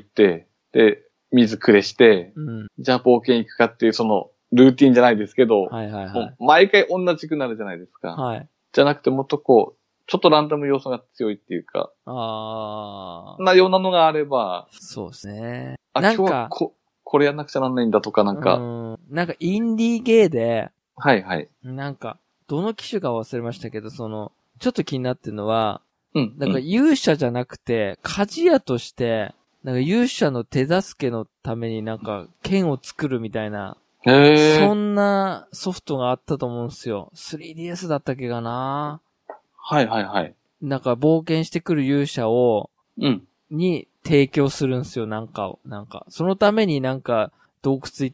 で水くれして、 うん、 じゃあ冒険行くかっていうそのルーティンじゃないですけど、 はいはいはい、 毎回同じくなるじゃないですか。 はい、 じゃなくてもっとこう、ちょっとランダム要素が強いっていうか、 あなようなのがあれば、 そうですね。 あ、 なんか今日はこ、これやんなくちゃなんないんだとかなんか、 うんなんかインディーゲーで、 はいはい。 なんか、どの機種か忘れましたけど、その、ちょっと気になってるのは、 うん。 なんか勇者じゃなくて、鍛冶屋として、なんか勇者の手助けのためになんか剣を作るみたいな、 へそんなソフトがあったと思うんですよ。スリーディーエス だったっけかな。 はいはいはい。 なんか冒険してくる勇者を、 うん。 に提供するんですよ、なんかを。なんか、そのためになんか洞窟行って、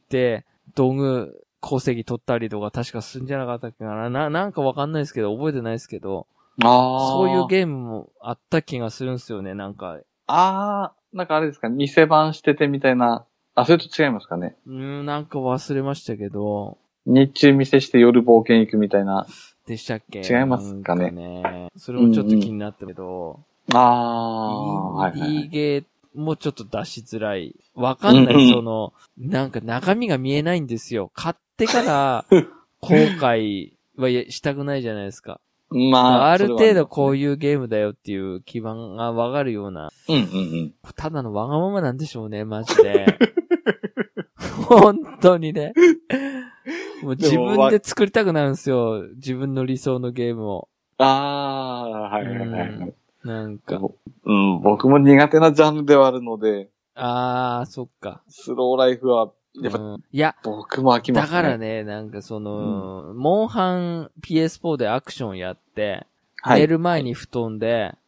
道具、鉱石取ったりとか確かするんじゃなかったっけかな。な、なんかわかんないですけど、覚えてないですけど。 ああ。 そういうゲームもあった気がするんですよね、なんか。 ああ、なんかあれですか、店番しててみたいな。あ、それと違いますかね。 うーん、なんか忘れましたけど。 日中店して夜冒険行くみたいな。 でしたっけ？ 違いますかね。 なんかね。それもちょっと気になったけど。 うんうん、ああ、 インディーゲーもちょっと出しづらい。わかんない、うんうん、その、なんか中身が見えないんですよ。買ってから後悔はしたくないじゃないですか。 まあ、 ある程度こういうゲームだよっていう基盤がわかるような。 うんうんうん。 ただのわがままなんでしょうね、マジで。本当にね。もう自分で作りたくなるんですよ。自分の理想のゲームを。 ああ、はいはいはい、はい。 なんか。 うん、僕も苦手なジャンルではあるので。 ああ、そっか。 スローライフは、やっぱ、うん、いや、僕も飽きますね。 だからね、なんかその、うん、モンハン ピーエスフォー でアクションやって、はい、寝る前に布団で、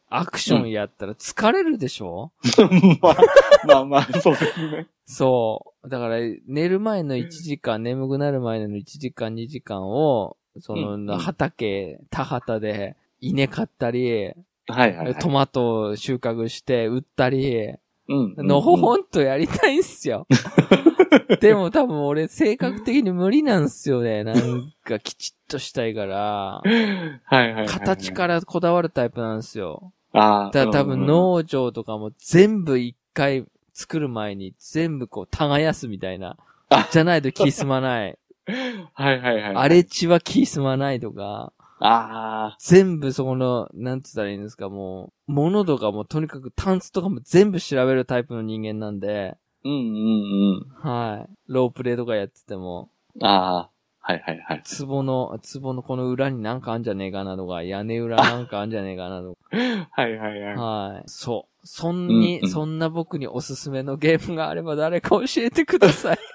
アクションやったら疲れるでしょ、 うん、まあ、まあまあ、そうですね。 そう。だから、寝る前のいちじかん、眠くなる前のいちじかん、にじかんを、その、うんうん、畑、田畑で稲刈ったり、 はいはい、はい、 トマトを収穫して売ったり、 うん、うん。 のほほんとやりたいんすよ。でも多分俺性格的に無理なんすよね。なんかきちっとしたいから。 はいはいはい。 形からこだわるタイプなんですよ。 ああ。 だから多分農場とかも全部一回作る前に全部こう耕すみたいな。じゃないと気済まない。 はいはいはい、はい。 荒れ地は気済まないとか。 ああ。 全部そこの、なんつったらいいんですか、もう、物とかもとにかくタンスとかも全部調べるタイプの人間なんで。 うんうんうん。 はい。ロープレイとかやってても。 ああ。はいはいはい。 壺の、壺のこの裏になんかあんじゃねえかなとか、屋根裏なんかあんじゃねえかなとか。 はいはいはい。 はい。そう。そんに、うんうん、そんな僕におすすめのゲームがあれば誰か教えてください。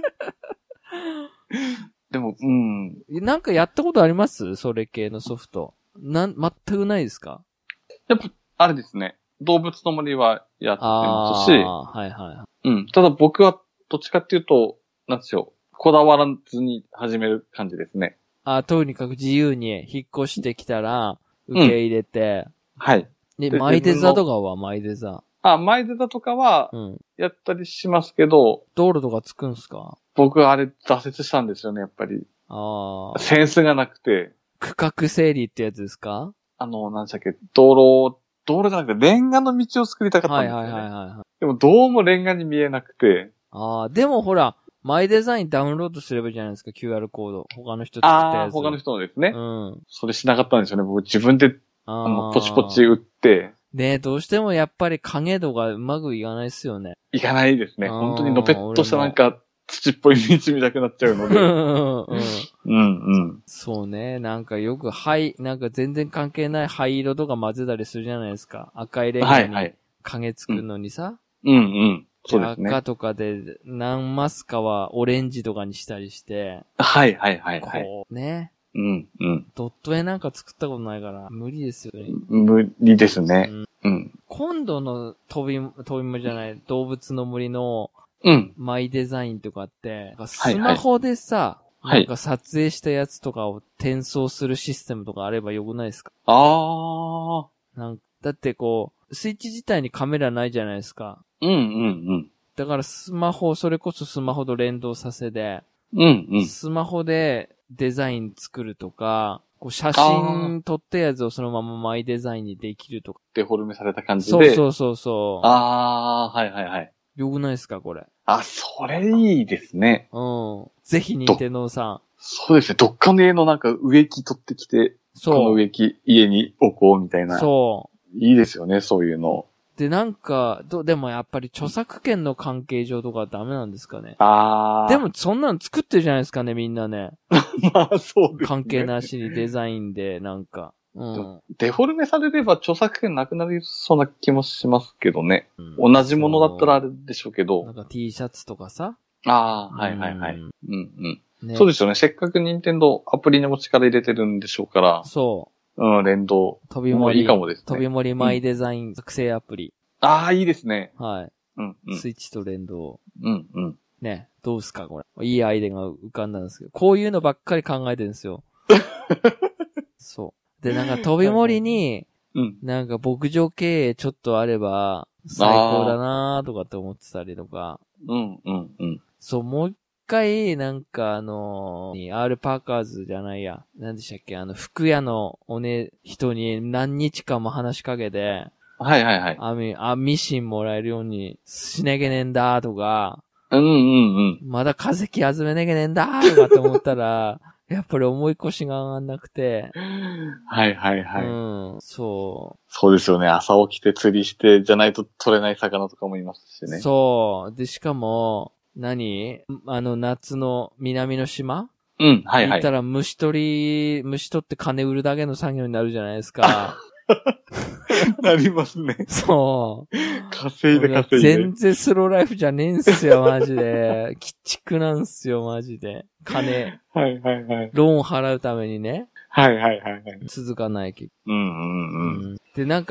でも、うん。 なんかやったことあります？それ系のソフト。なん、全くないですか？ やっぱ、あれですね。動物の森はやってますし。 ああ、はいはい。 うん。ただ僕は、どっちかっていうと、なんですよ。こだわらずに始める感じですね。 あ、とにかく自由に引っ越してきたら、受け入れて。 うん、はい。 で、マイデザとかはマイデザ。 あ、マイデザとかは、やったりしますけど、うん、 道路とかつくんすか？ 僕はあれ挫折したんですよね、やっぱり。ああ。センスがなくて。 区画整理ってやつですか？ あの、なんでしたっけ、道路、道路じゃなくてレンガの道を作りたかったんですよね。はいはいはいはい。でもどうもレンガに見えなくて。 ああ、でもほら、マイデザインダウンロードすればいいじゃないですか、キューアール コード。他の人作ったやつ。ああ、他の人のですね。 うん。 それしなかったんですよね。僕自分で、あの、ポチポチ打って。 ねえ、どうしてもやっぱり影度がうまくいかないっすよね。 いかないですね。本当にのぺっとしたなんか、土っぽい道見たくなっちゃうので。うん、うん。 そうね。なんかよく灰、なんか全然関係ない灰色とか混ぜたりするじゃないですか。赤いレンガに影作るのにさ。 うん、うん。そうですね。 赤とかで何マスかはオレンジとかにしたりして。 はいはいはいはい。 こうね。 うんうん。 ドット絵なんか作ったことないから無理ですよね。 無理ですね。うん。うん、 今度の飛び、飛び森じゃない、動物の森のうん。 マイデザインとかって、スマホでさ、はいはい、なんか撮影したやつとかを転送するシステムとかあればよくないですか？ ああ。なんだってこう、スイッチ自体にカメラないじゃないですか。 うんうんうん。 だからスマホ、それこそスマホと連動させて、 うんうん。 スマホでデザイン作るとか、こう写真撮ったやつをそのままマイデザインにできるとか。 デフォルメされた感じで。 そうそうそうそう。 ああ、はいはいはい。 よくないですか、これ。 あ、それいいですね。 うん。ぜひ、任天堂さん。 そうですね。どっかの家のなんか植木取ってきて、そう。この植木家に置こうみたいな。そう。いいですよね、そういうの。 で、なんか、ど、でもやっぱり著作権の関係上とかダメなんですかね。 ああ。 でもそんなの作ってるじゃないですかね、みんなね。 まあ、そうですね。 関係なしにデザインで、なんか。うん、 デフォルメされれば著作権なくなりそうな気もしますけどね。うん、同じものだったらあれでしょうけど。 なんか T シャツとかさ。 ああ、はいはいはい。うんうん、ね。そうですよね。せっかく任天堂アプリにも力入れてるんでしょうから。 そう。 うん、連動。 飛び盛り。 いいかもですね。 飛び盛りマイデザイン作成アプリ。 うん、ああ、いいですね。 はい。 うんうん。 スイッチと連動。 うんうん。 ね。どうすかこれ。いいアイデアが浮かんだんですけど。こういうのばっかり考えてるんですよ。そう。で、なんか飛び盛りに、うん、なんか牧場経営ちょっとあれば、最高だなーとかって思ってたりとか。 うんうんうん。 そう、もう一回、なんかあのー、R パーカーズじゃないや。なんでしたっけ、あの、服屋のおね、人に何日間も話しかけて、 はいはいはい。 あみ、あ、ミシンもらえるようにしなきゃねえんだとか、 うんうんうん。 まだ化石集めなきゃねえんだとかって思ったら、やっぱり思い越しが上がんなくて。 はいはいはい。 うん、そう。 そうですよね。朝起きて釣りして、じゃないと取れない魚とかもいますしね。 そう。で、しかも、何あの、夏の南の島うん、はいはい。 行ったら虫取り、虫取って金売るだけの作業になるじゃないですか。 なりますね。 そう。 稼いで稼いで。 全然スローライフじゃねえんすよ、マジで。鬼畜なんすよ、マジで。金。 はいはいはい。 ローン払うためにね。 はいはいはいはい。 続かないけど。 うんうんうん。 で、なんか、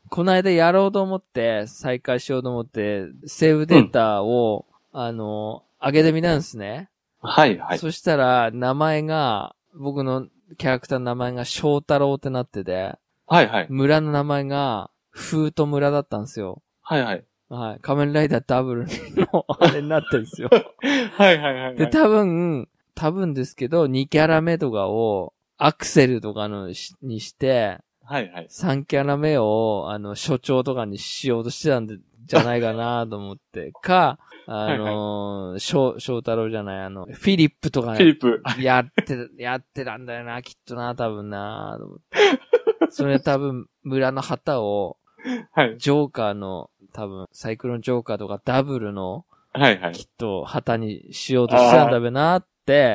この間やろうと思って、再開しようと思って、セーブデータを、うん、あの、上げてみたんですね。 はいはい。 そしたら、名前が、僕のキャラクターの名前が翔太郎ってなってて、 はいはい。 村の名前が、風都村だったんですよ。 はいはい。 はい。仮面ライダーダブルのあれになってるんですよ。 はいはいはい、はい。 で、多分、多分ですけど、にキャラ目とかを、アクセルとかのしにして、 はいはい。 さんキャラ目を、あの、所長とかにしようとしてたんで、じゃないかなと思って、か、あのー、翔、はいはい、翔太郎じゃない、あの、フィリップとか、 ね、フィリップ。 やって、やってたんだよな、きっとな、多分な、と思って。それ多分、村の旗を、はい。ジョーカーの、多分、サイクロンジョーカーとかダブルの、はいはい。きっと旗にしようとしてたんだべなって、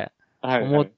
思って、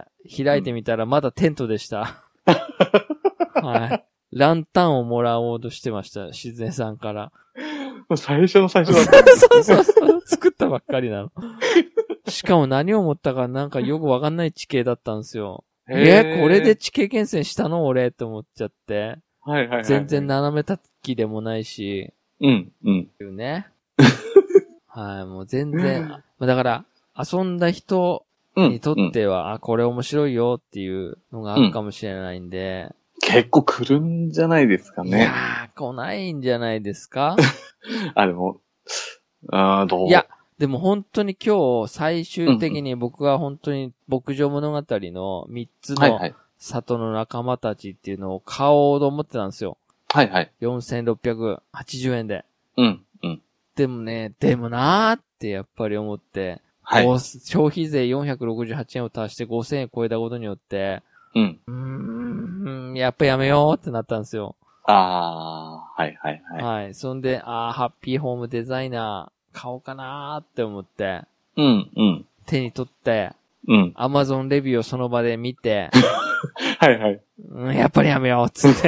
開いてみたらまだテントでした。はい。ランタンをもらおうとしてました、自然さんから。 最初の最初だった、 ね。そうそうそう。作ったばっかりなの。しかも何を思ったかなんかよくわかんない地形だったんですよ。え、これで地形厳選したの俺って思っちゃって。はいはいはい、はい。全然斜め叩きでもないし。 うん、うん。 いうね。はい、もう全然。だから、遊んだ人にとっては、うんうん、あ、これ面白いよっていうのがあるかもしれないんで。 うん結構来るんじゃないですかね。いやー、来ないんじゃないですかあ、でも、あーどういや、でも本当に今日最終的に僕は本当に牧場物語のみっつの里の仲間たちっていうのを買おうと思ってたんですよ。 はいはい。 よんせんろっぴゃくはちじゅうえんで。 うんうん。 でもね、でもなーってやっぱり思って、はい、消費税よんひゃくろくじゅうはちえんを足してごせんえん超えたことによって、うん。うーん、やっぱやめようってなったんですよ。 あー、はいはいはい。 はい。そんで、あー、ハッピーホームデザイナー買おうかなーって思って。 うんうん。 手に取って、 うん。 アマゾンレビューをその場で見て。 はいはい、 うん。やっぱりやめようっつって。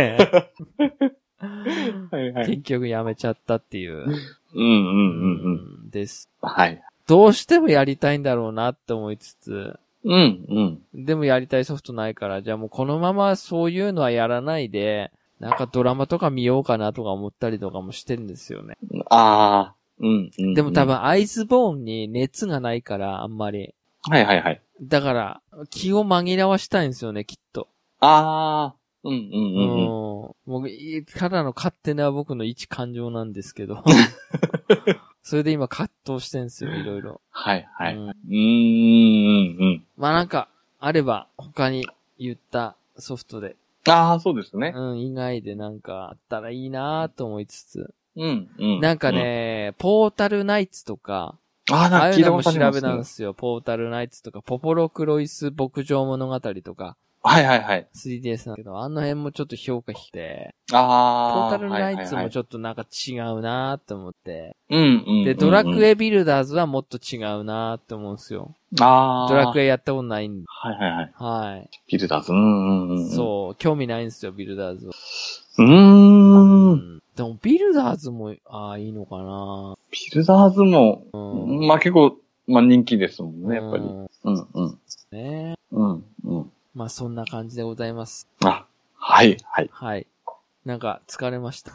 はいはい。 結局やめちゃったっていう。 うんうんうんうん。 です。 はい。 どうしてもやりたいんだろうなって思いつつ。 うんうん。 でもやりたいソフトないから、じゃあもうこのままそういうのはやらないで、なんかドラマとか見ようかなとか思ったりとかもしてるんですよね。 ああ、うん、うん。 でも多分アイズボーンに熱がないからあんまり。 はいはいはい。 だから気を紛らわしたいんですよね、きっと。 ああ、うんうんうん、うん。 もう、ただの勝手な僕の一感情なんですけど。それで今葛藤してんすよ、いろいろ。 はいはい。うん、うーん、うん。 まあなんか、あれば他に言ったソフトで。 ああ、そうですね。 うん、以外でなんかあったらいいなと思いつつ。 うん、うん。 なんかね、うん、ポータルナイツとか、 ああ、なんか聞いたことありますね。 ああいうのも調べたんですよ。ポータルナイツとか、ポポロクロイス牧場物語とか。 はいはいはい。 スリーディーエス なんだけど、あの辺もちょっと評価して、 あポータルナイツもちょっとなんか違うなーって思って。 うんうんうんうん。 で、ドラクエビルダーズはもっと違うなーって思うんですよ。 ああ。 ドラクエやったことないんで。 はいはいはい。 はい。 ビルダーズ、うんうんうん。 そう、興味ないんですよ、ビルダーズは。 うーん。うん、 でも、ビルダーズも、ああ、いいのかな。 ビルダーズも、うん、まあ結構、まあ人気ですもんね、やっぱり。うん、うん。 ねうん、うん。 まあそんな感じでございます。 あ、はい、はい。 はい。なんか疲れました。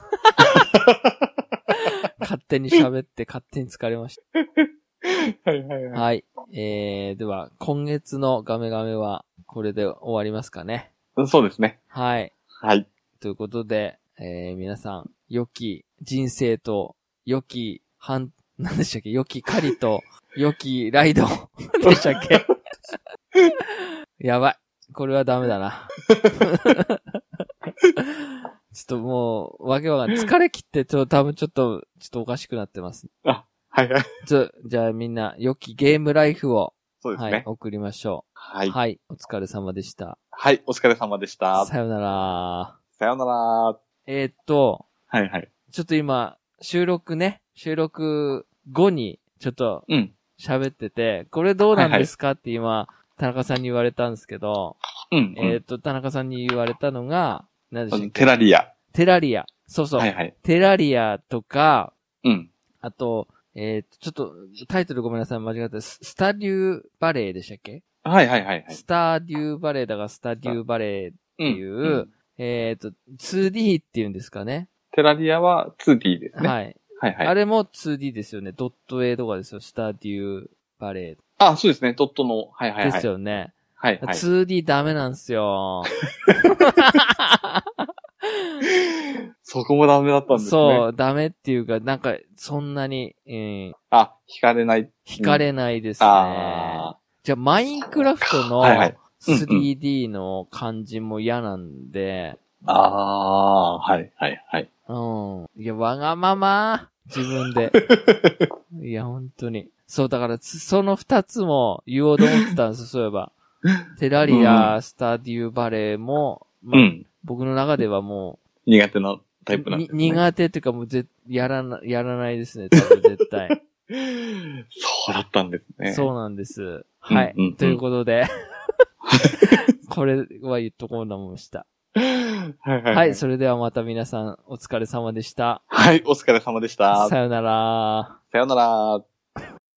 勝手に喋って勝手に疲れました。 はいはいはい。 はい。えー、では、今月のガメガメはこれで終わりますかね。 そうですね。 はい。 はい。 ということで、えー、皆さん、良き人生と、良き、はん、何でしたっけ、良き狩りと、良きライドでしたっけやばい。これはダメだな。ちょっともう、わけわかんない。疲れ切って、ちょ、多分ちょっと、ちょっとおかしくなってます。 あ、はいはい。 ちょ、じゃあみんな、良きゲームライフを、 そうですね。 はい、送りましょう。 はい。 はい、お疲れ様でした。 はい、お疲れ様でした。 さよなら。 さよなら。 えー、っと、 はいはい。 ちょっと今、収録ね、収録後に、ちょっと、うん。喋ってて、これどうなんですか、はいはい、って今、田中さんに言われたんですけど、うん、うん。えっと、田中さんに言われたのが、何でしたっけ？ テラリア。 テラリア。そうそう。はいはい。テラリアとか、 うん。 あと、えっと、ちょっと、タイトルごめんなさい、間違った。スタデューバレーでしたっけ？ はいはいはい、はい。 スタデューバレーだからスタデューバレーっていう、うんうん、えっと、ツーディー っていうんですかね。 テラリアは ツーディー ですね。 はい。 はいはい。 あれも ツーディー ですよね。ドット A とかですよ。スタデューバレー。 あ、そうですね。ドットの、はいはいはい。 ですよね。 はいはい。 ツーディー ダメなんですよ。 そこもダメだったんですね。 そう、ダメっていうか、なんか、そんなに、うん、 あ、惹かれない。 惹かれないですね。あじゃあ、マインクラフトの スリーディー の感じも嫌なんで。 ああ、はいはいはい。 うん。いや、わがまま。自分で。いや、本当に。そう、だから、その二つも言おうと思ってたんですよ、そういえば。テラリア、うん、スタデューバレーも、まあ、うん、僕の中ではもう。苦手なタイプなんですね。 苦手っていうかもうぜ、やらな、やらないですね、多分絶対。 そうだったんですね。 そうなんです。はい。うんうんうん、ということで、これは言っとこうと思いました。はいはい、はい。はい、それではまた皆さんお疲れ様でした。 はい、お疲れ様でした。 さよなら。 さよなら。